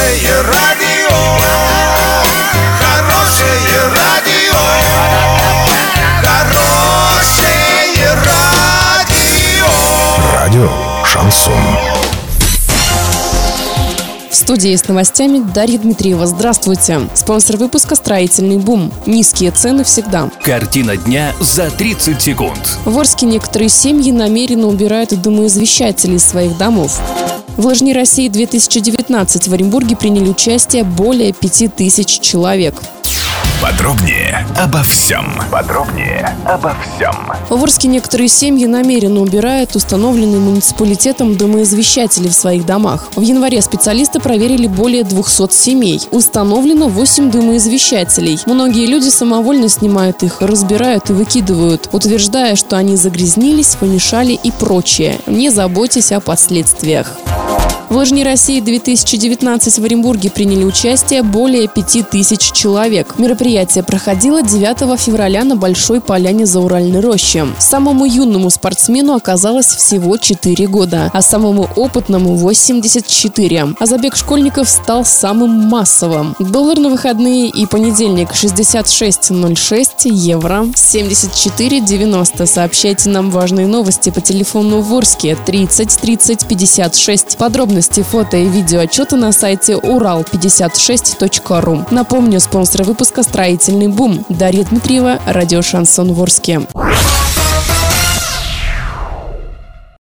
Хорошее радио, хорошее радио, хорошее радио. Радио Шансон. В студии с новостями Дарья Дмитриева. Здравствуйте. Спонсор выпуска «Строительный бум». Низкие цены всегда. Картина дня за 30 секунд. В Орске некоторые семьи намеренно убирают дымоизвещатели из своих домов. В «Лыжни России-2019» в Оренбурге приняли участие более 5000 человек. Подробнее обо всем. В Орске некоторые семьи намеренно убирают установленные муниципалитетом дымоизвещатели в своих домах. В январе специалисты проверили более 200 семей. Установлено 8 дымоизвещателей. Многие люди самовольно снимают их, разбирают и выкидывают, утверждая, что они загрязнились, помешали и прочее. Не заботьтесь о последствиях. В «Лыжни России-2019» в Оренбурге приняли участие более 5000 человек. Мероприятие проходило 9 февраля на Большой Поляне Зауральной рощи. Самому юному спортсмену оказалось всего 4 года, а самому опытному 84. А забег школьников стал самым массовым. Доллар на выходные и понедельник 66.06, евро 74.90. Сообщайте нам важные новости по телефону в Орске 30 30 56. Подробности, фото и видео отчета на сайте ural56.ru. Напомню, спонсор выпуска «Строительный бум». Дарья Дмитриева, радио «Шансон» в Орске.